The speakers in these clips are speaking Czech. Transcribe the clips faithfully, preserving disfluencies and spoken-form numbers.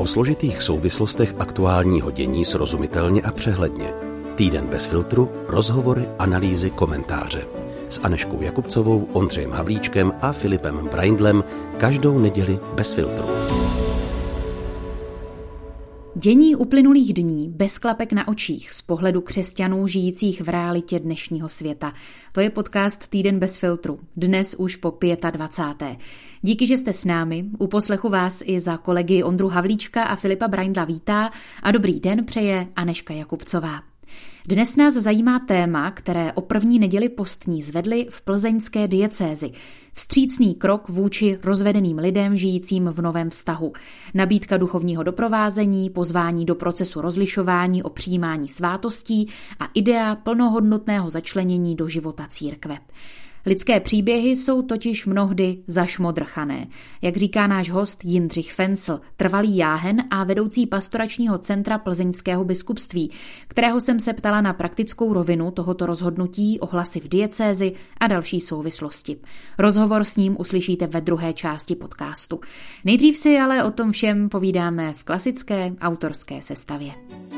O složitých souvislostech aktuálního dění srozumitelně a přehledně. Týden bez filtru, rozhovory, analýzy, komentáře. S Anežkou Jakubcovou, Ondřejem Havlíčkem a Filipem Braindlem každou neděli bez filtru. Dění uplynulých dní bez klapek na očích z pohledu křesťanů žijících v realitě dnešního světa. To je podcast Týden bez filtru, dnes už po dvacáté páté Díky, že jste s námi, u poslechu vás i za kolegy Ondru Havlíčka a Filipa Braindla vítá a dobrý den přeje Anežka Jakubcová. Dnes nás zajímá téma, které o první neděli postní zvedli v plzeňské diecézi. Vstřícný krok vůči rozvedeným lidem žijícím v novém vztahu. Nabídka duchovního doprovázení, pozvání do procesu rozlišování o přijímání svátostí a idea plnohodnotného začlenění do života církve. Lidské příběhy jsou totiž mnohdy zašmodrchané. Jak říká náš host Jindřich Fencl, trvalý jáhen a vedoucí pastoračního centra plzeňského biskupství, kterého jsem se ptala na praktickou rovinu tohoto rozhodnutí, ohlasy v diecézi a další souvislosti. Rozhovor s ním uslyšíte ve druhé části podcastu. Nejdřív si ale o tom všem povídáme v klasické autorské sestavě.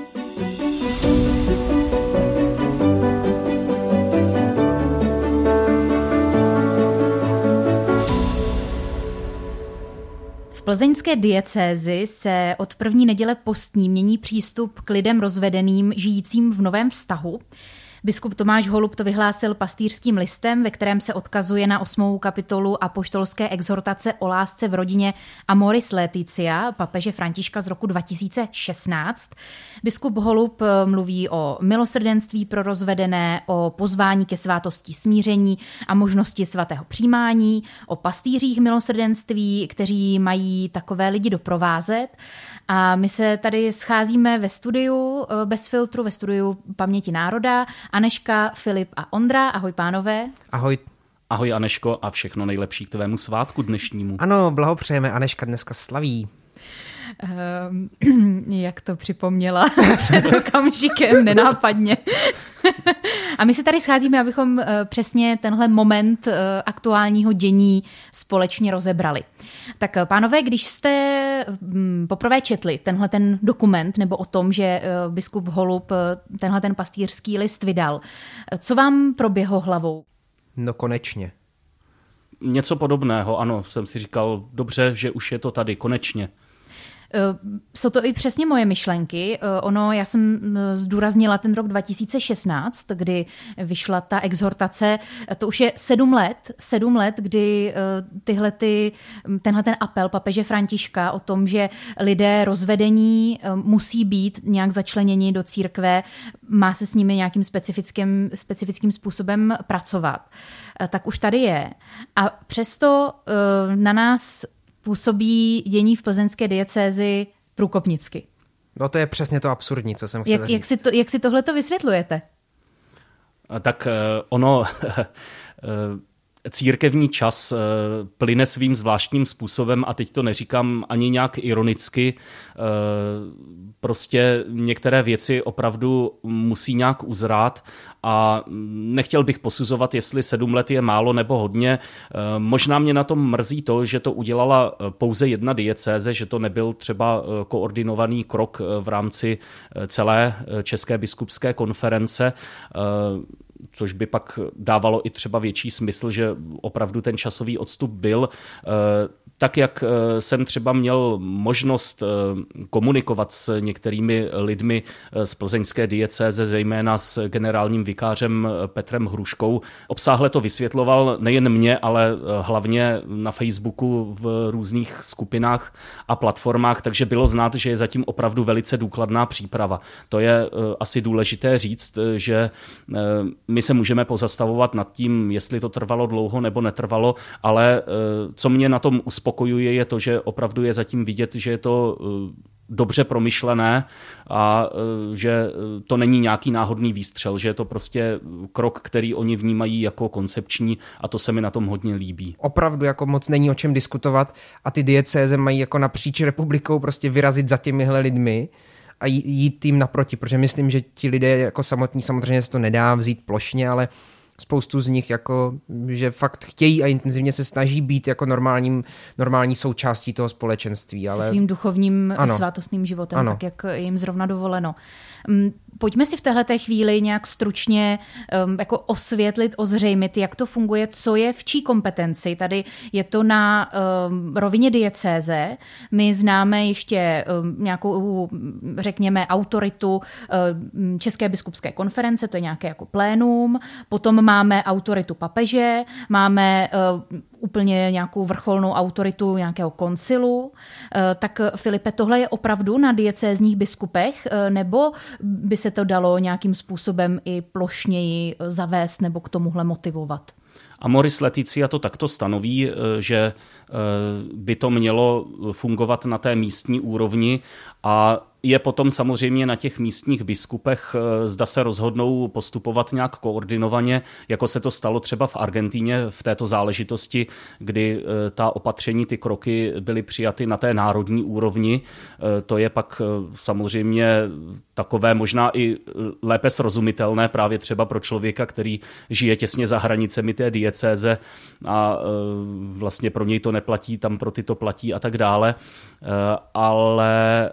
V plzeňské diecézi se od první neděle postní mění přístup k lidem rozvedeným žijícím v novém vztahu. Biskup Tomáš Holub to vyhlásil pastýřským listem, ve kterém se odkazuje na osmou kapitolu apoštolské exhortace o lásce v rodině Amoris Laetitia papeže Františka z roku dva tisíce šestnáct. Biskup Holub mluví o milosrdenství pro rozvedené, o pozvání ke svátosti smíření a možnosti svatého přijímání, o pastýřích milosrdenství, kteří mají takové lidi doprovázet. A my se tady scházíme ve studiu bez filtru, ve studiu Paměti národa. Anežka, Filip a Ondra. Ahoj pánové. Ahoj. Ahoj Anežko a všechno nejlepší k tvému svátku dnešnímu. Ano, blahopřejeme, Anežka dneska slaví. Um, jak to připomněla před okamžikem nenápadně. A my se tady scházíme, abychom uh, přesně tenhle moment uh, aktuálního dění společně rozebrali. Tak uh, pánové, když jste um, poprvé četli tenhle ten dokument nebo o tom, že uh, biskup Holub uh, tenhle ten pastýřský list vydal, uh, co vám proběhlo hlavou? No konečně. Něco podobného, ano, jsem si říkal, dobře, že už je to tady, konečně. Jsou to i přesně moje myšlenky. Ono, já jsem zdůraznila ten rok dva tisíce šestnáct, kdy vyšla ta exhortace. To už je sedm let, sedm let, kdy tyhle ty, tenhle ten apel papeže Františka o tom, že lidé rozvedení musí být nějak začleněni do církve, má se s nimi nějakým specifickým, specifickým způsobem pracovat. Tak už tady je. A přesto na nás působí dění v plzeňské diecézi průkopnicky. No to je přesně to absurdní, co jsem chtěl jak, říct. Jak si, to, jak si tohleto vysvětlujete? Tak ono... Církevní čas plyne svým zvláštním způsobem a teď to neříkám ani nějak ironicky. Prostě některé věci opravdu musí nějak uzrát a nechtěl bych posuzovat, jestli sedm let je málo nebo hodně. Možná mě na tom mrzí to, že to udělala pouze jedna diecéze, že to nebyl třeba koordinovaný krok v rámci celé České biskupské konference, což by pak dávalo i třeba větší smysl, že opravdu ten časový odstup byl. Tak, jak jsem třeba měl možnost komunikovat s některými lidmi z plzeňské diecéze, zejména s generálním vikářem Petrem Hruškou, obsáhle to vysvětloval nejen mě, ale hlavně na Facebooku v různých skupinách a platformách, takže bylo znát, že je zatím opravdu velice důkladná příprava. To je asi důležité říct, že my se můžeme pozastavovat nad tím, jestli to trvalo dlouho nebo netrvalo, ale co mě na tom uspokojuje, je to, že opravdu je zatím vidět, že je to dobře promyšlené a že to není nějaký náhodný výstřel, že je to prostě krok, který oni vnímají jako koncepční a to se mi na tom hodně líbí. Opravdu jako moc není o čem diskutovat a ty diecéze mají jako napříč republikou prostě vyrazit za těmihle lidmi a jít tím naproti, protože myslím, že ti lidé jako samotní samozřejmě se to nedá vzít plošně, ale spoustu z nich jako, že fakt chtějí a intenzivně se snaží být jako normálním, normální součástí toho společenství. Ale... Se svým duchovním ano. svátostným životem, ano. tak jak jim zrovna dovoleno. Pojďme si v téhleté chvíli nějak stručně um, jako osvětlit, ozřejmit, jak to funguje, co je v čí kompetenci. Tady je to na um, rovině diecéze. My známe ještě um, nějakou, řekněme, autoritu um, České biskupské konference, to je nějaké jako plénum. Potom máme autoritu papeže, máme uh, úplně nějakou vrcholnou autoritu nějakého koncilu. Tak Filipe, tohle je opravdu na diecézních biskupech, nebo by se to dalo nějakým způsobem i plošněji zavést nebo k tomuhle motivovat? Amoris Laetitia to takto stanoví, že by to mělo fungovat na té místní úrovni a je potom samozřejmě na těch místních biskupech, zda se rozhodnou postupovat nějak koordinovaně, jako se to stalo třeba v Argentíně v této záležitosti, kdy ta opatření, ty kroky byly přijaty na té národní úrovni. To je pak samozřejmě takové možná i lépe srozumitelné právě třeba pro člověka, který žije těsně za hranicemi té diecéze a vlastně pro něj to neplatí, tam pro ty to platí a tak dále. Ale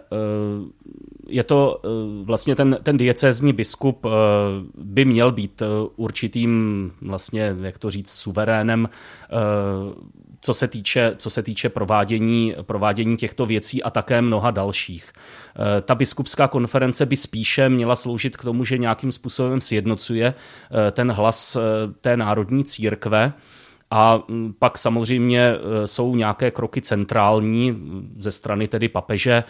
je to vlastně ten, ten diecézní biskup by měl být určitým vlastně, jak to říct, suverénem, co se týče, co se týče provádění, provádění těchto věcí a také mnoha dalších. Ta biskupská konference by spíše měla sloužit k tomu, že nějakým způsobem sjednocuje ten hlas té národní církve. A pak samozřejmě jsou nějaké kroky centrální ze strany tedy papeže.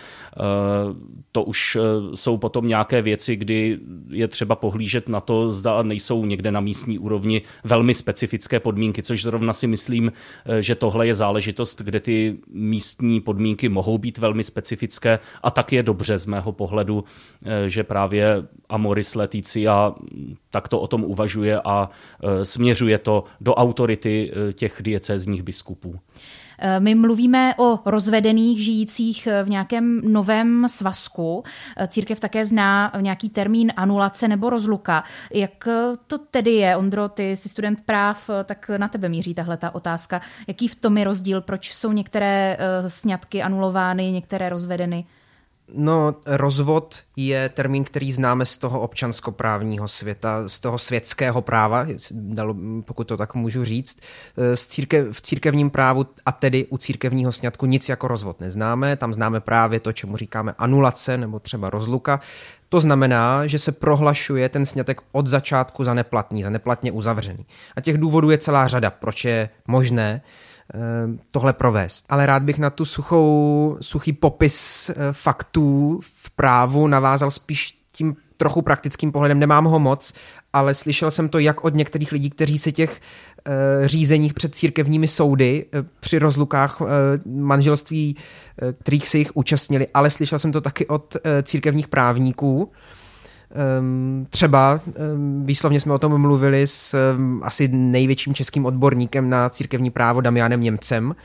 To už jsou potom nějaké věci, kdy je třeba pohlížet na to, zda nejsou někde na místní úrovni velmi specifické podmínky, což zrovna si myslím, že tohle je záležitost, kde ty místní podmínky mohou být velmi specifické a tak je dobře z mého pohledu, že právě Amoris Laetitia takto o tom uvažuje a směřuje to do autority těch diecézních biskupů. My mluvíme o rozvedených žijících v nějakém novém svazku. Církev také zná nějaký termín anulace nebo rozluka. Jak to tedy je? Ondro, ty jsi student práv, tak na tebe míří tahle ta otázka. Jaký v tom je rozdíl? Proč jsou některé sňatky anulovány, některé rozvedeny? No, rozvod je termín, který známe z toho občanskoprávního světa, z toho světského práva, pokud to tak můžu říct. Z církev, v církevním právu a tedy u církevního sňatku nic jako rozvod neznáme. Tam známe právě to, čemu říkáme anulace nebo třeba rozluka. To znamená, že se prohlašuje ten sňatek od začátku za neplatný, za neplatně uzavřený. A těch důvodů je celá řada, proč je možné tohle provést. Ale rád bych na tu suchou, suchý popis faktů v právu navázal spíš tím trochu praktickým pohledem. Nemám ho moc, ale slyšel jsem to jak od některých lidí, kteří se těch e, řízeních před církevními soudy e, při rozlukách e, manželství, e, kterých se jich účastnili, ale slyšel jsem to taky od e, církevních právníků. Um, třeba um, výslovně jsme o tom mluvili s um, asi největším českým odborníkem na církevní právo Damianem Němcem uh,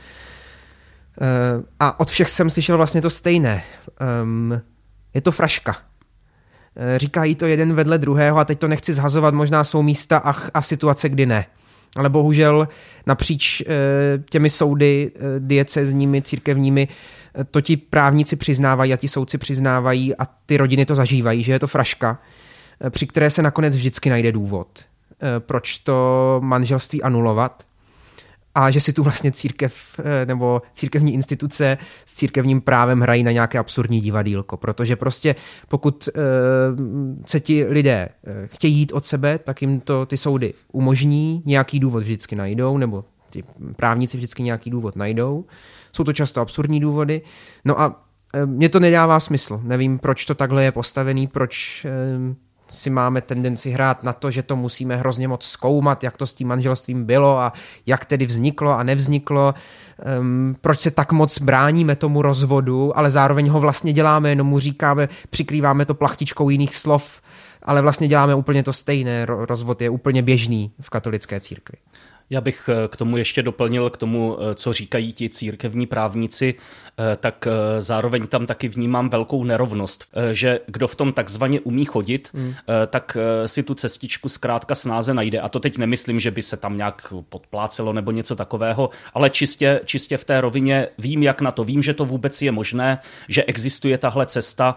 a od všech jsem slyšel vlastně to stejné. Um, je to fraška. Uh, říkají to jeden vedle druhého a teď to nechci zhazovat, možná jsou místa a, a situace, kdy ne. Ale bohužel napříč uh, těmi soudy uh, diecézními, církevními to ti právníci přiznávají a ti soudci přiznávají a ty rodiny to zažívají, že je to fraška, při které se nakonec vždycky najde důvod, proč to manželství anulovat a že si tu vlastně církev nebo církevní instituce s církevním právem hrají na nějaké absurdní divadýlko, protože prostě pokud se ti lidé chtějí jít od sebe, tak jim to ty soudy umožní, nějaký důvod vždycky najdou, nebo ti právníci vždycky nějaký důvod najdou. Jsou to často absurdní důvody. No a e, mně to nedává smysl. Nevím, proč to takhle je postavený, proč e, si máme tendenci hrát na to, že to musíme hrozně moc zkoumat, jak to s tím manželstvím bylo a jak tedy vzniklo a nevzniklo. E, proč se tak moc bráníme tomu rozvodu, ale zároveň ho vlastně děláme, jenom mu říkáme, přikrýváme to plachtičkou jiných slov, ale vlastně děláme úplně to stejné. Rozvod je úplně běžný v katolické církvi. Já bych k tomu ještě doplnil, k tomu, co říkají ti církevní právníci, tak zároveň tam taky vnímám velkou nerovnost, že kdo v tom takzvaně umí chodit, hmm. tak si tu cestičku zkrátka snáze najde. A to teď nemyslím, že by se tam nějak podplácelo nebo něco takového, ale čistě, čistě v té rovině vím, jak na to, vím, že to vůbec je možné, že existuje tahle cesta,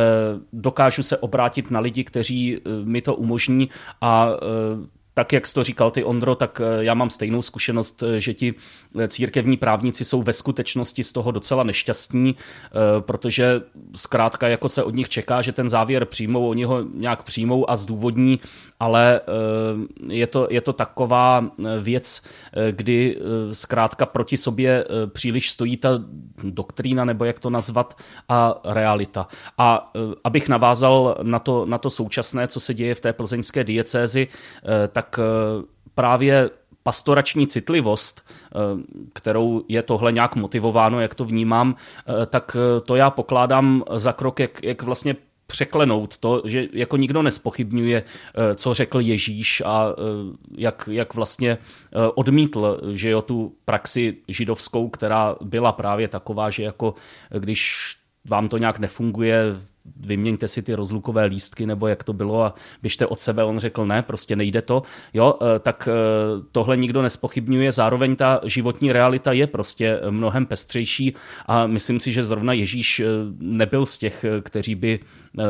dokážu se obrátit na lidi, kteří mi to umožní a tak, jak jsi to říkal ty, Ondro, tak já mám stejnou zkušenost, že ti církevní právníci jsou ve skutečnosti z toho docela nešťastní, protože zkrátka jako se od nich čeká, že ten závěr přijmou, oni ho nějak přijmou a zdůvodní, ale je to, je to taková věc, kdy zkrátka proti sobě příliš stojí ta doktrína, nebo jak to nazvat, a realita. A abych navázal na to, na to současné, co se děje v té plzeňské diecézi, tak právě pastorační citlivost, kterou je tohle nějak motivováno, jak to vnímám, tak to já pokládám za krok, jak, jak vlastně překlenout to, že jako nikdo nespochybňuje, co řekl Ježíš a jak, jak vlastně odmítl, že jo, tu praxi židovskou, která byla právě taková, že jako když vám to nějak nefunguje, vyměňte si ty rozlukové lístky, nebo jak to bylo a běžte od sebe. On řekl ne, prostě nejde to. Jo, tak tohle nikdo nespochybňuje. Zároveň ta životní realita je prostě mnohem pestřejší a myslím si, že zrovna Ježíš nebyl z těch, kteří by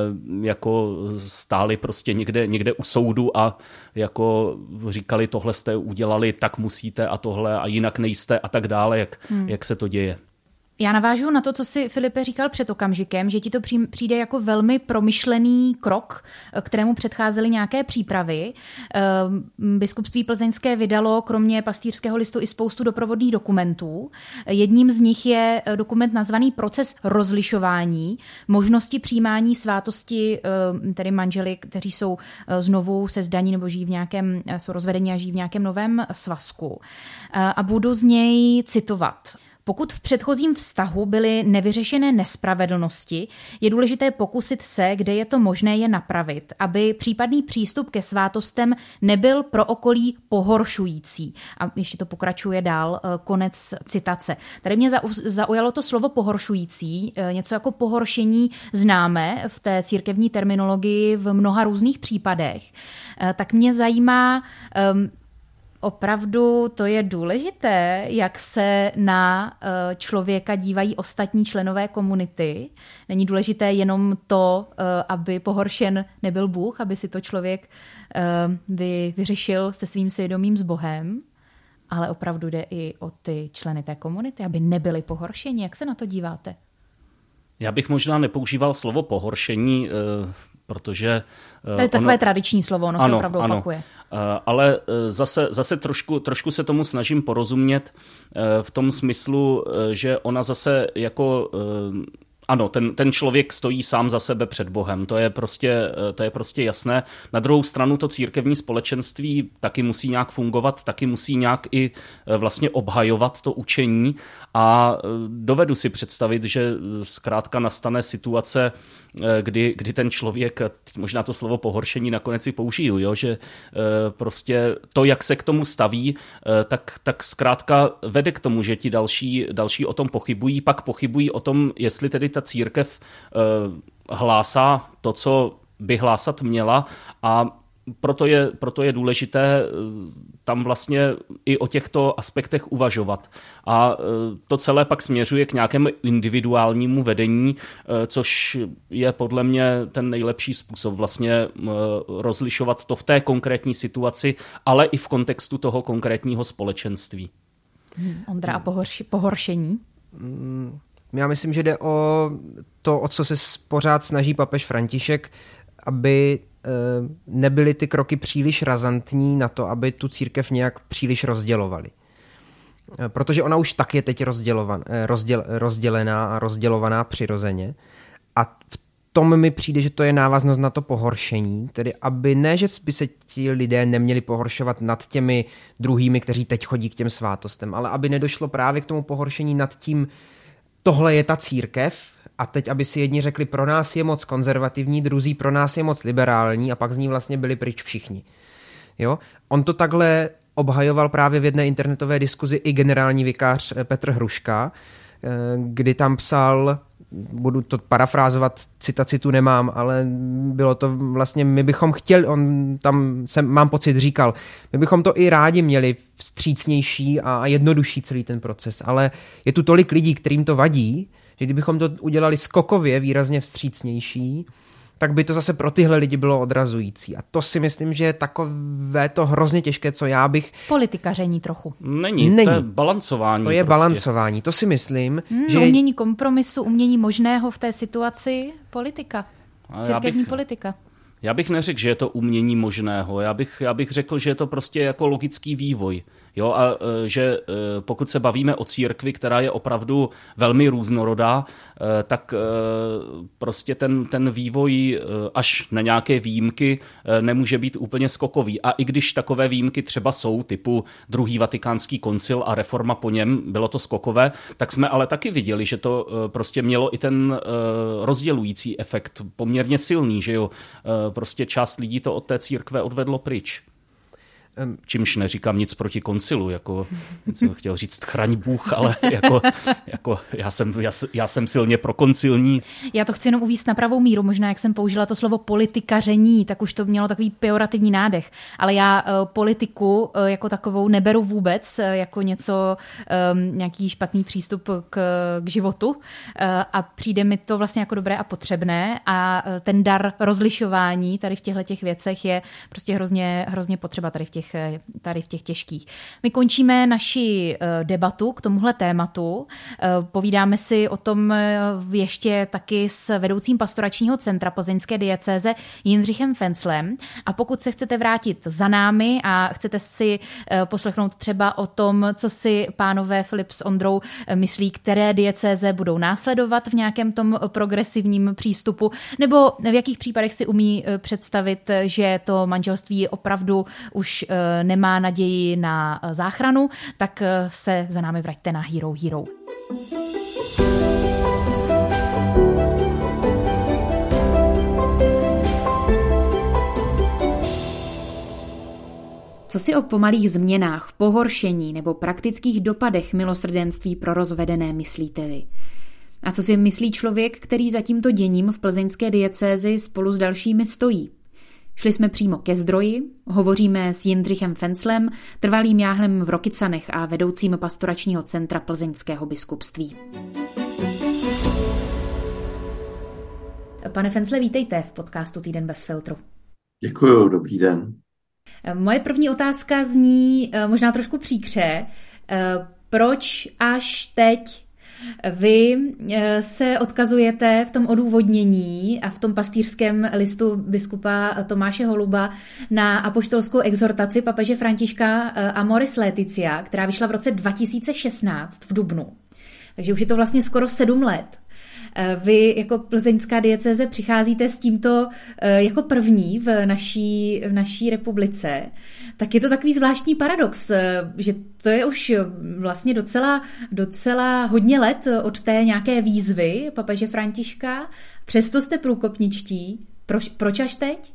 jako stáli prostě někde, někde u soudu a jako říkali, tohle jste udělali, tak musíte a tohle a jinak nejste a tak dále, jak, hmm. jak se to děje. Já navážu na to, co si Filipe říkal před okamžikem, že ti to přijde jako velmi promyšlený krok, kterému předcházely nějaké přípravy. Biskupství plzeňské vydalo kromě pastýřského listu i spoustu doprovodných dokumentů. Jedním z nich je dokument nazvaný Proces rozlišování, možnosti přijímání svátosti, tedy manželi, kteří jsou znovu sezdaní nebo žijí v nějakém, jsou rozvedení a žijí v nějakém novém svazku. A budu z něj citovat. Pokud v předchozím vztahu byly nevyřešené nespravedlnosti, je důležité pokusit se, kde je to možné, je napravit, aby případný přístup ke svátostem nebyl pro okolí pohoršující. A ještě to pokračuje dál, konec citace. Tady mě zaujalo to slovo pohoršující, něco jako pohoršení známe v té církevní terminologii v mnoha různých případech. Tak mě zajímá, opravdu to je důležité, jak se na člověka dívají ostatní členové komunity. Není důležité jenom to, aby pohoršen nebyl Bůh, aby si to člověk vyřešil se svým svědomím s Bohem, ale opravdu jde i o ty členy té komunity, aby nebyli pohoršeni. Jak se na to díváte? Já bych možná nepoužíval slovo pohoršení, protože... To je takové ono... tradiční slovo, ono ano, se opravdu ano. opakuje. Ale zase, zase trošku, trošku se tomu snažím porozumět v tom smyslu, že ona zase jako... Ano, ten, ten člověk stojí sám za sebe před Bohem, to je, prostě, to je prostě jasné. Na druhou stranu to církevní společenství taky musí nějak fungovat, taky musí nějak i vlastně obhajovat to učení a dovedu si představit, že zkrátka nastane situace, kdy, kdy ten člověk, možná to slovo pohoršení nakonec si použiju, jo, že prostě to, jak se k tomu staví, tak, tak zkrátka vede k tomu, že ti další, další o tom pochybují, pak pochybují o tom, jestli tedy ta církev hlásá to, co by hlásat měla a proto je, proto je důležité tam vlastně i o těchto aspektech uvažovat. A to celé pak směřuje k nějakému individuálnímu vedení, což je podle mě ten nejlepší způsob vlastně rozlišovat to v té konkrétní situaci, ale i v kontextu toho konkrétního společenství. Ondra, a pohorši, pohoršení? Já myslím, že jde o to, o co se pořád snaží papež František, aby nebyly ty kroky příliš razantní na to, aby tu církev nějak příliš rozdělovali. Protože ona už tak je teď rozdělovan, rozděl, rozdělená a rozdělovaná přirozeně. A v tom mi přijde, že to je návaznost na to pohoršení, tedy aby ne, že by se ti lidé neměli pohoršovat nad těmi druhými, kteří teď chodí k těm svátostem, ale aby nedošlo právě k tomu pohoršení nad tím, tohle je ta církev, a teď, aby si jedni řekli, pro nás je moc konzervativní, druzí pro nás je moc liberální a pak z ní vlastně byli pryč všichni. Jo? On to takhle obhajoval právě v jedné internetové diskuzi i generální vikář Petr Hruška, kdy tam psal, budu to parafrázovat, citaci tu nemám, ale bylo to vlastně, my bychom chtěli, on tam, jsem, mám pocit, říkal, my bychom to i rádi měli vstřícnější a jednodušší celý ten proces, ale je tu tolik lidí, kterým to vadí, že kdybychom to udělali skokově výrazně vstřícnější, tak by to zase pro tyhle lidi bylo odrazující. A to si myslím, že je takové to hrozně těžké, co já bych... Politikaření trochu. Není, Není. To je balancování. To je prostě. balancování, to si myslím, hmm, že... Umění kompromisu, umění možného v té situaci, politika. Církevní bych... politika. Já bych neřekl, že je to umění možného. Já bych, já bych řekl, že je to prostě jako logický vývoj. Jo, a že pokud se bavíme o církvi, která je opravdu velmi různorodá, tak prostě ten, ten vývoj až na nějaké výjimky nemůže být úplně skokový. A i když takové výjimky třeba jsou, typu druhý vatikánský koncil a reforma po něm, bylo to skokové, tak jsme ale taky viděli, že to prostě mělo i ten rozdělující efekt poměrně silný, že jo, prostě část lidí to od té církve odvedlo pryč. Čímž neříkám nic proti koncilu, jako jsem chtěl říct chraň Bůh, ale jako, jako já, jsem, já, já jsem silně prokoncilní. Já to chci jenom uvést na pravou míru, možná jak jsem použila to slovo politikaření, tak už to mělo takový pejorativní nádech, ale já uh, politiku uh, jako takovou neberu vůbec uh, jako něco, um, nějaký špatný přístup k, k životu uh, a přijde mi to vlastně jako dobré a potřebné a uh, ten dar rozlišování tady v těchto těch věcech je prostě hrozně, hrozně potřeba tady v těch tady v těch těžkých. My končíme naši debatu k tomuhle tématu. Povídáme si o tom ještě taky s vedoucím pastoračního centra plzeňské diecéze Jindřichem Fenclem. A pokud se chcete vrátit za námi a chcete si poslechnout třeba o tom, co si pánové Filip s Ondrou myslí, které diecéze budou následovat v nějakém tom progresivním přístupu, nebo v jakých případech si umí představit, že to manželství opravdu už nemá naději na záchranu, tak se za námi vraťte na Hero Hero. Co si o pomalých změnách, pohoršení nebo praktických dopadech milosrdenství pro rozvedené myslíte vy? A co si myslí člověk, který za tímto děním v plzeňské diecézi spolu s dalšími stojí? Šli jsme přímo ke zdroji, hovoříme s Jindřichem Fenclem, trvalým jáhlem v Rokycanech a vedoucím pastoračního centra plzeňského biskupství. Pane Fencle, vítejte v podcastu Týden bez filtru. Děkuju, dobrý den. Moje první otázka zní možná trošku příkře. Proč až teď vy se odkazujete v tom odůvodnění a v tom pastýřském listu biskupa Tomáše Holuba na apoštolskou exhortaci papeže Františka Amoris Laetitia, která vyšla v roce dva tisíce šestnáct v dubnu. Takže už je to vlastně skoro sedm let. Vy jako plzeňská diecéze přicházíte s tímto jako první v naší, v naší republice. Tak je to takový zvláštní paradox, že to je už vlastně docela, docela hodně let od té nějaké výzvy papeže Františka. Přesto jste průkopničtí. Proč, proč až teď?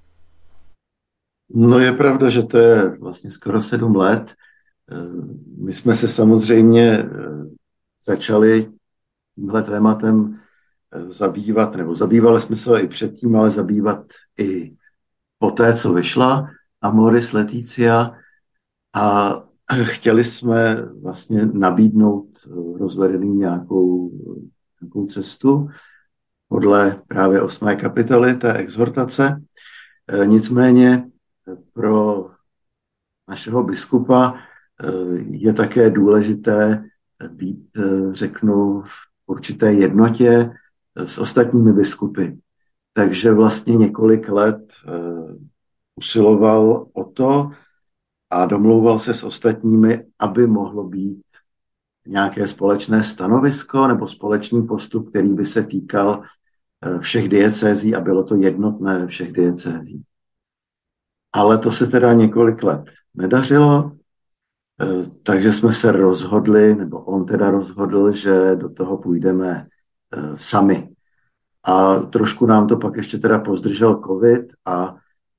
No je pravda, že to je vlastně skoro sedm let. My jsme se samozřejmě začali tímhle tématem zabývat, nebo zabývali jsme se i předtím, ale zabývat i poté, co vyšla Amoris Laetitia a chtěli jsme vlastně nabídnout rozvedeným nějakou, nějakou cestu podle právě osmé kapitoly té exhortace. Nicméně pro našeho biskupa je také důležité být, řeknu, v určité jednotě s ostatními biskupy. Takže vlastně několik let usiloval o to a domlouval se s ostatními, aby mohlo být nějaké společné stanovisko nebo společný postup, který by se týkal všech diecézí a bylo to jednotné ve všech diecézích. Ale to se teda několik let nedařilo, takže jsme se rozhodli, nebo on teda rozhodl, že do toho půjdeme sami. A trošku nám to pak ještě teda pozdržel covid a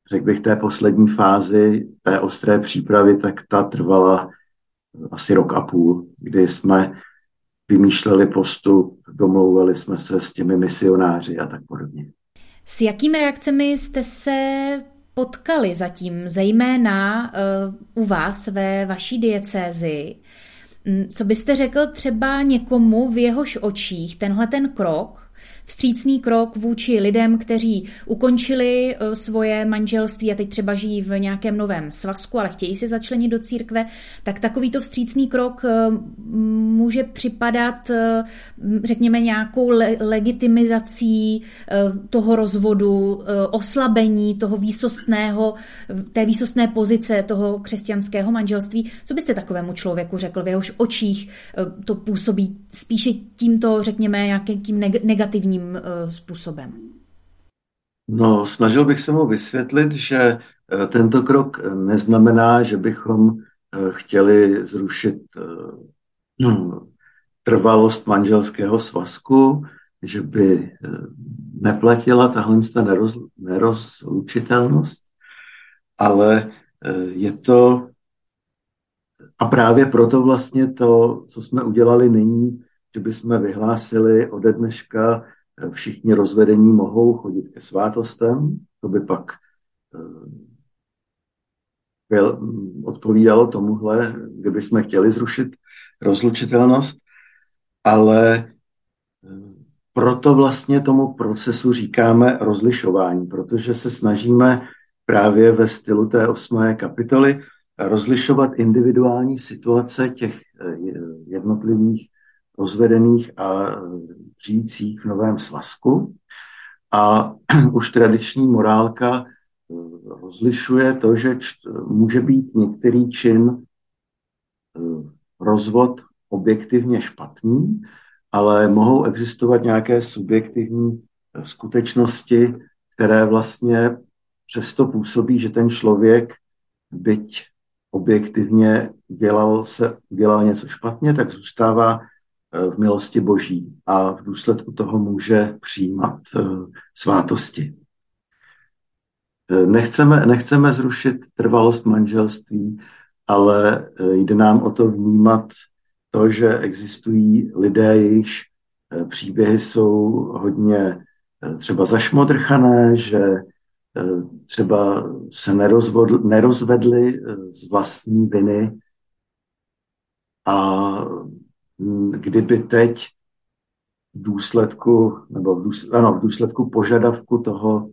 řekl bych, té poslední fázi, té ostré přípravy, tak ta trvala asi rok a půl, kdy jsme vymýšleli postup, domlouvali jsme se s těmi misionáři a tak podobně. S jakými reakcemi jste se potkali zatím, zejména uh, u vás ve vaší diecézi? Co byste řekl třeba někomu, v jehož očích tenhle ten krok, vstřícný krok vůči lidem, kteří ukončili svoje manželství a teď třeba žijí v nějakém novém svazku, ale chtějí se začlenit do církve, tak takovýto vstřícný krok může připadat, řekněme, nějakou le- legitimizací toho rozvodu, oslabení toho výsostného, té výsostné pozice toho křesťanského manželství. Co byste takovému člověku řekl, v jehož očích to působí spíše tímto, řekněme, nějakým negativním způsobem? No, snažil bych se mu vysvětlit, že tento krok neznamená, že bychom chtěli zrušit no, trvalost manželského svazku, že by neplatila tahle neroz, nerozlučitelnost, ale je to a právě proto vlastně to, co jsme udělali, není, že bychom vyhlásili ode dneška všichni rozvedení mohou chodit ke svátostem, to by pak byl, odpovídalo tomuhle, kdyby jsme chtěli zrušit rozlučitelnost, ale proto vlastně tomu procesu říkáme rozlišování, protože se snažíme právě ve stylu té osmé kapitoly rozlišovat individuální situace těch jednotlivých rozvedených a žijících v novém svazku. A už tradiční morálka rozlišuje to, že může být některý čin rozvod objektivně špatný, ale mohou existovat nějaké subjektivní skutečnosti, které vlastně přesto působí, že ten člověk, byť objektivně dělal, se, dělal něco špatně, tak zůstává v milosti Boží a v důsledku toho může přijímat svátosti. Nechceme, nechceme zrušit trvalost manželství, ale jde nám o to vnímat to, že existují lidé, jejichž příběhy jsou hodně třeba zašmodrchané, že třeba se nerozvodl, nerozvedli z vlastní viny a kdyby teď v důsledku, nebo v důsledku, ano, v důsledku požadavku toho,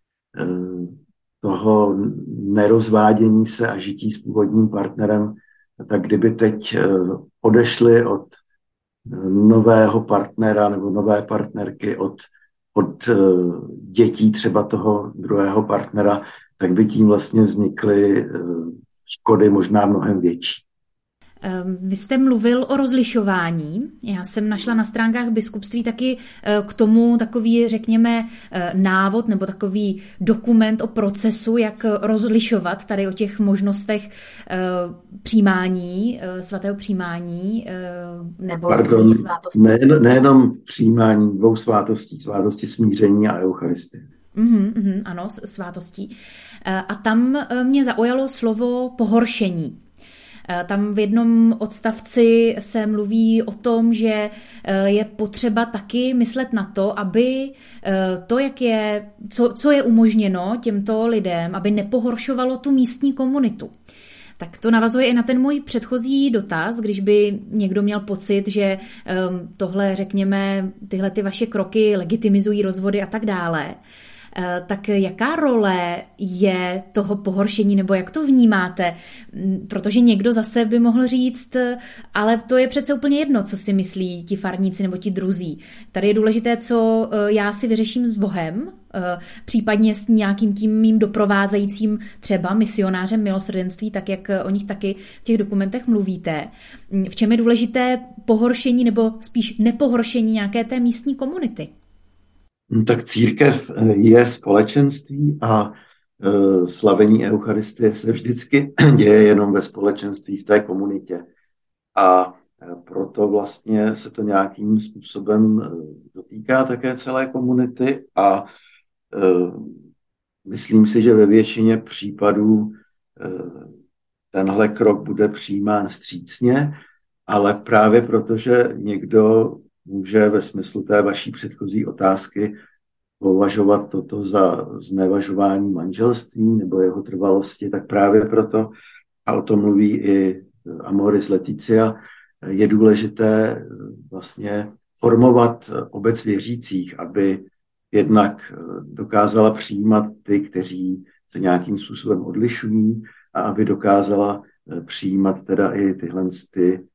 toho nerozvádění se a žití s původním partnerem, tak kdyby teď odešli od nového partnera nebo nové partnerky, od, od dětí třeba toho druhého partnera, tak by tím vlastně vznikly škody možná mnohem větší. Vy jste mluvil o rozlišování. Já jsem našla na stránkách biskupství taky k tomu takový, řekněme, návod nebo takový dokument o procesu, jak rozlišovat tady o těch možnostech přijímání, svatého přijímání nebo Pardon, svátosti. Nejen, nejenom přijímání dvou svátostí, svátosti smíření a eucharistie. Uhum, uhum, ano, svátostí. A tam mě zaujalo slovo pohoršení. Tam v jednom odstavci se mluví o tom, že je potřeba taky myslet na to, aby to, jak je, co, co je umožněno těmto lidem, aby nepohoršovalo tu místní komunitu. Tak to navazuje i na ten můj předchozí dotaz, když by někdo měl pocit, že tohle, řekněme, tyhle ty vaše kroky legitimizují rozvody a tak dále. Tak jaká role je toho pohoršení, nebo jak to vnímáte? Protože někdo zase by mohl říct, ale to je přece úplně jedno, co si myslí ti farníci nebo ti druzí. Tady je důležité, co já si vyřeším s Bohem, případně s nějakým tím mým doprovázejícím třeba misionářem milosrdenství, tak jak o nich taky v těch dokumentech mluvíte. V čem je důležité pohoršení nebo spíš nepohoršení nějaké té místní komunity? Tak církev je společenství a slavení eucharistie se vždycky děje jenom ve společenství, v té komunitě. A proto vlastně se to nějakým způsobem dotýká také celé komunity a myslím si, že ve většině případů tenhle krok bude přijímán vstřícně, ale právě protože někdo může ve smyslu té vaší předchozí otázky považovat toto za znevažování manželství nebo jeho trvalosti, tak právě proto, a o tom mluví i Amoris Laetitia, je důležité vlastně formovat obec věřících, aby jednak dokázala přijímat ty, kteří se nějakým způsobem odlišují, a aby dokázala přijímat teda i tyhle ty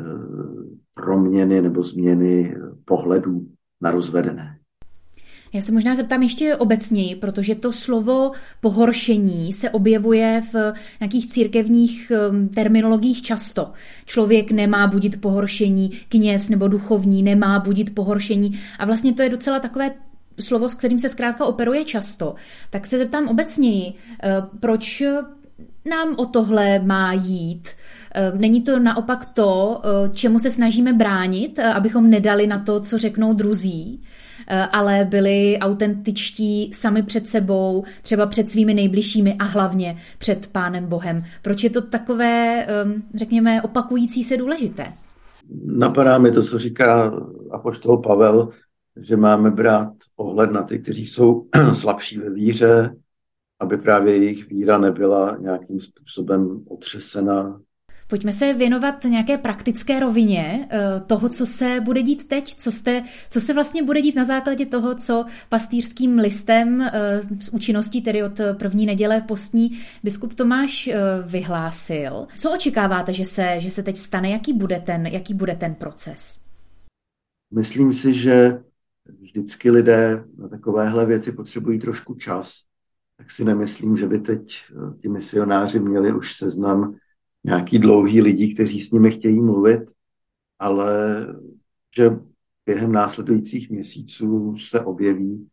proměny nebo změny pohledů na rozvedené. Já se možná zeptám ještě obecněji, protože to slovo pohoršení se objevuje v nějakých církevních terminologiích často. Člověk nemá budit pohoršení, kněz nebo duchovní nemá budit pohoršení a vlastně to je docela takové slovo, s kterým se zkrátka operuje často. Tak se zeptám obecněji, proč nám o tohle má jít? Není to naopak to, čemu se snažíme bránit, abychom nedali na to, co řeknou druzí, ale byli autentičtí sami před sebou, třeba před svými nejbližšími a hlavně před Pánem Bohem. Proč je to takové, řekněme, opakující se důležité? Napadá mi to, co říká apoštol Pavel, že máme brát ohled na ty, kteří jsou slabší ve víře, aby právě jejich víra nebyla nějakým způsobem otřesena. Pojďme se věnovat nějaké praktické rovině toho, co se bude dít teď, co, jste, co se vlastně bude dít na základě toho, co pastýřským listem z účinností, tedy od první neděle postní, biskup Tomáš vyhlásil. Co očekáváte, že se, že se teď stane? Jaký bude ten, jaký bude ten proces? Myslím si, že vždycky lidé na takovéhle věci potřebují trošku čas. Tak si nemyslím, že by teď ti misionáři měli už seznam nějaký dlouhý lidí, kteří s nimi chtějí mluvit, ale že během následujících měsíců se objeví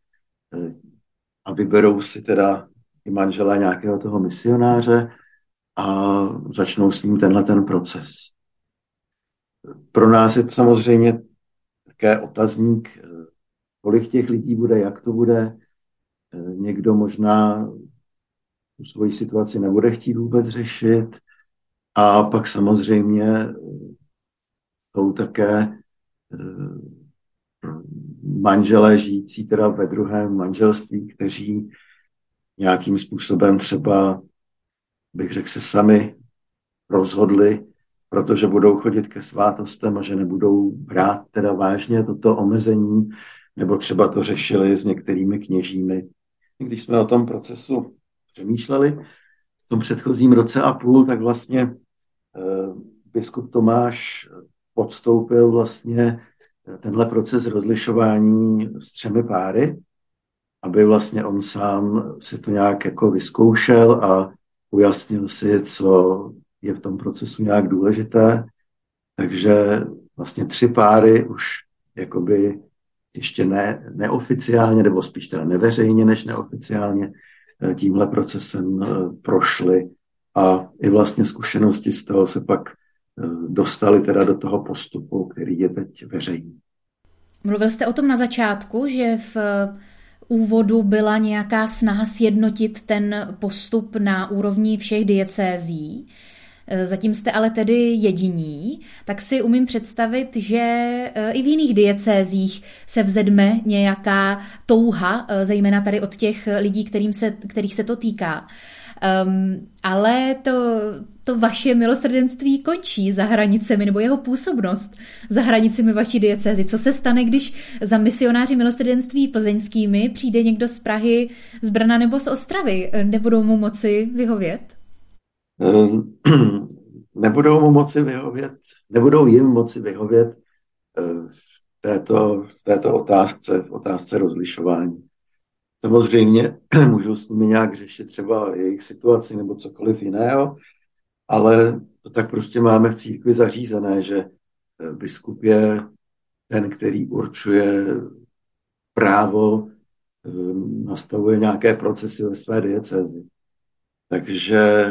a vyberou si teda i manželé nějakého toho misionáře a začnou s ním tenhle ten proces. Pro nás je samozřejmě také otazník, kolik těch lidí bude, jak to bude. Někdo možná tu svoji situaci nebude chtít vůbec řešit. A pak samozřejmě jsou také manželé žijící teda ve druhém manželství, kteří nějakým způsobem třeba, bych řekl, se sami rozhodli, protože budou chodit ke svátostem a že nebudou brát teda vážně toto omezení, nebo třeba to řešili s některými kněžími. Když jsme o tom procesu přemýšleli v tom předchozím roce a půl, tak vlastně eh, biskup Tomáš podstoupil vlastně tenhle proces rozlišování s třemi páry, aby vlastně on sám si to nějak jako vyzkoušel a ujasnil si, co je v tom procesu nějak důležité. Takže vlastně tři páry už jakoby ještě ne, neoficiálně, nebo spíš teda neveřejně než neoficiálně tímhle procesem prošly a i vlastně zkušenosti z toho se pak dostali teda do toho postupu, který je teď veřejný. Mluvil jste o tom na začátku, že v úvodu byla nějaká snaha sjednotit ten postup na úrovni všech diecézí. Zatím jste ale tedy jediní, tak si umím představit, že i v jiných diecézích se vzedme nějaká touha, zejména tady od těch lidí, kterým se, kterých se to týká. Um, ale to, to vaše milosrdenství končí za hranicemi, nebo jeho působnost za hranicemi vaší diecézy. Co se stane, když za misionáři milosrdenství plzeňskými přijde někdo z Prahy, z Brna nebo z Ostravy? Nebudou mu moci vyhovět? Nebudou mu moci vyhovět, nebudou jim moci vyhovět v této, v této otázce, v otázce rozlišování. Samozřejmě můžou s nimi nějak řešit třeba jejich situaci nebo cokoliv jiného, ale to tak prostě máme v církvi zařízené, že biskup je ten, který určuje právo, nastavuje nějaké procesy ve své diecézi. Takže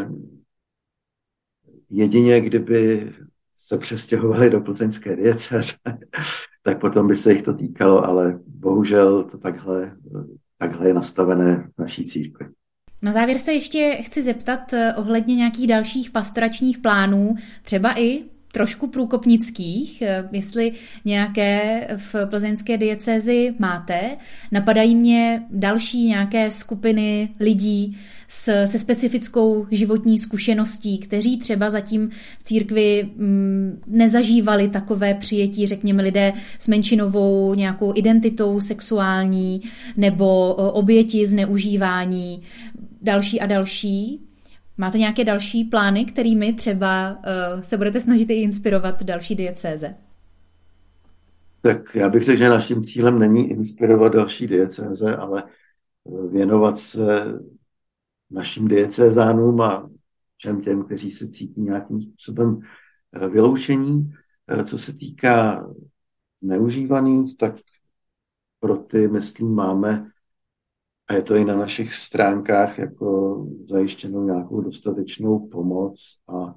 jedině, kdyby se přestěhovali do plzeňské diecéze, tak potom by se jich to týkalo, ale bohužel to takhle, takhle je nastavené v naší církvi. Na závěr se ještě chci zeptat ohledně nějakých dalších pastoračních plánů, třeba i trošku průkopnických, jestli nějaké v plzeňské diecézi máte. Napadají mě další nějaké skupiny lidí s, se specifickou životní zkušeností, kteří třeba zatím v církvi m, nezažívali takové přijetí, řekněme lidé s menšinovou nějakou identitou sexuální nebo oběti zneužívání, další a další. Máte nějaké další plány, kterými třeba uh, se budete snažit i inspirovat další diecéze? Tak já bych řekl, že naším cílem není inspirovat další diecéze, ale věnovat se našim diecézánům a všem těm, kteří se cítí nějakým způsobem vyloučení. Co se týká zneužívaných, tak pro ty, myslím, máme, a je to i na našich stránkách, jako zajištěnou nějakou dostatečnou pomoc a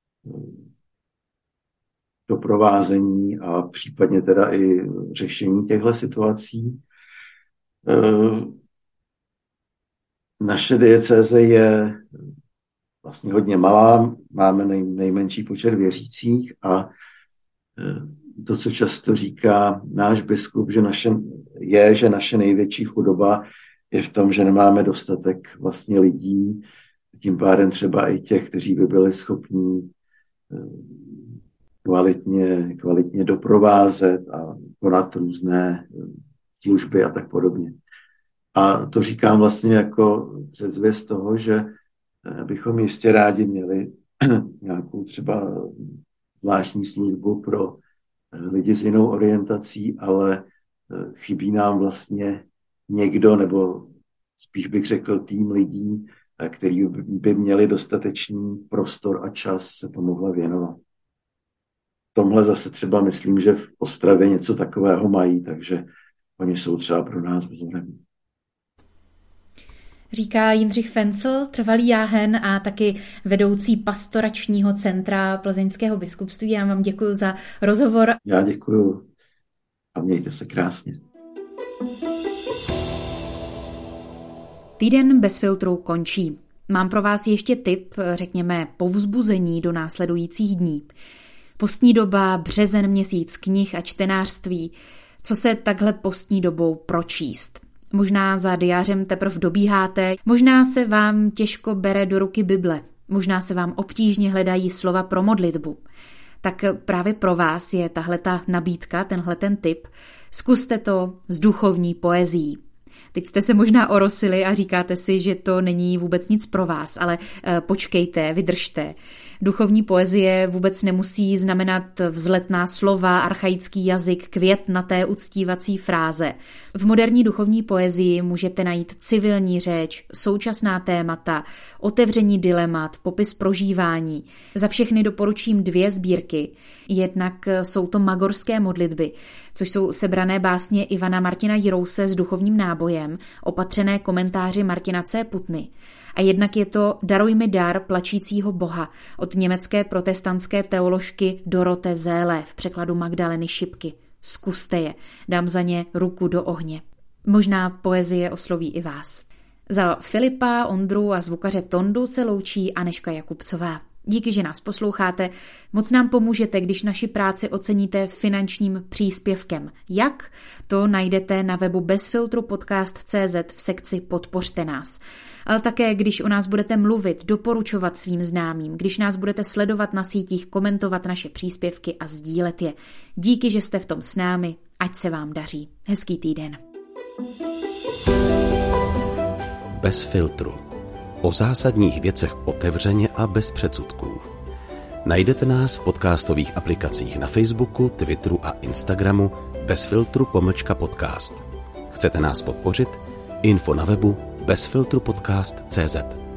doprovázení a případně teda i řešení těchto situací. Naše diecéze je vlastně hodně malá, máme nej, nejmenší počet věřících a to, co často říká náš biskup, že naše, je, že naše největší chudoba je v tom, že nemáme dostatek vlastně lidí, tím pádem třeba i těch, kteří by byli schopní kvalitně, kvalitně doprovázet a konat různé služby a tak podobně. A to říkám vlastně jako předzvěst toho, že bychom jistě rádi měli nějakou třeba zvláštní službu pro lidi s jinou orientací, ale chybí nám vlastně někdo, nebo spíš bych řekl tým lidí, který by měli dostatečný prostor a čas se tomuhle věnovat. V tomhle zase třeba myslím, že v Ostravě něco takového mají, takže oni jsou třeba pro nás vzorem. Říká Jindřich Fencl, trvalý jáhen a taky vedoucí pastoračního centra Plzeňského biskupství. Já vám děkuji za rozhovor. Já děkuji a mějte se krásně. Týden bez filtru končí. Mám pro vás ještě tip, řekněme povzbuzení do následujících dní. Postní doba, březen, měsíc knih a čtenářství. Co se takhle postní dobou pročíst? Možná za diářem teprve dobíháte, možná se vám těžko bere do ruky Bible, možná se vám obtížně hledají slova pro modlitbu. Tak právě pro vás je tahleta nabídka, tenhle ten tip. Zkuste to s duchovní poezií. Teď jste se možná orosili a říkáte si, že to není vůbec nic pro vás, ale počkejte, vydržte. Duchovní poezie vůbec nemusí znamenat vzletná slova, archaický jazyk, květnaté uctívací fráze. V moderní duchovní poezii můžete najít civilní řeč, současná témata, otevření dilemat, popis prožívání. Za všechny doporučím dvě sbírky. Jednak jsou to magorské modlitby, což jsou sebrané básně Ivana Martina Jirouse s duchovním nábojem, opatřené komentáři Martina C. Putny. A jednak je to Daruj mi dar plačícího Boha od německé protestantské teoložky Dorote Zéle v překladu Magdaleny Šipky. Zkuste je, dám za ně ruku do ohně. Možná poezie osloví i vás. Za Filipa, Ondru a zvukaře Tondu se loučí Anežka Jakubcová. Díky, že nás posloucháte. Moc nám pomůžete, když naši práci oceníte finančním příspěvkem. Jak? To najdete na webu bezfiltrupodcast tečka cé zet v sekci Podpořte nás. Ale také, když o nás budete mluvit, doporučovat svým známým, když nás budete sledovat na sítích, komentovat naše příspěvky a sdílet je. Díky, že jste v tom s námi. Ať se vám daří. Hezký týden. Bez filtru. O zásadních věcech otevřeně a bez předsudků. Najdete nás v podcastových aplikacích na Facebooku, Twitteru a Instagramu bez filtru pomlčka podcast. Chcete nás podpořit? Info na webu bezfiltrupodcast tečka cé zet.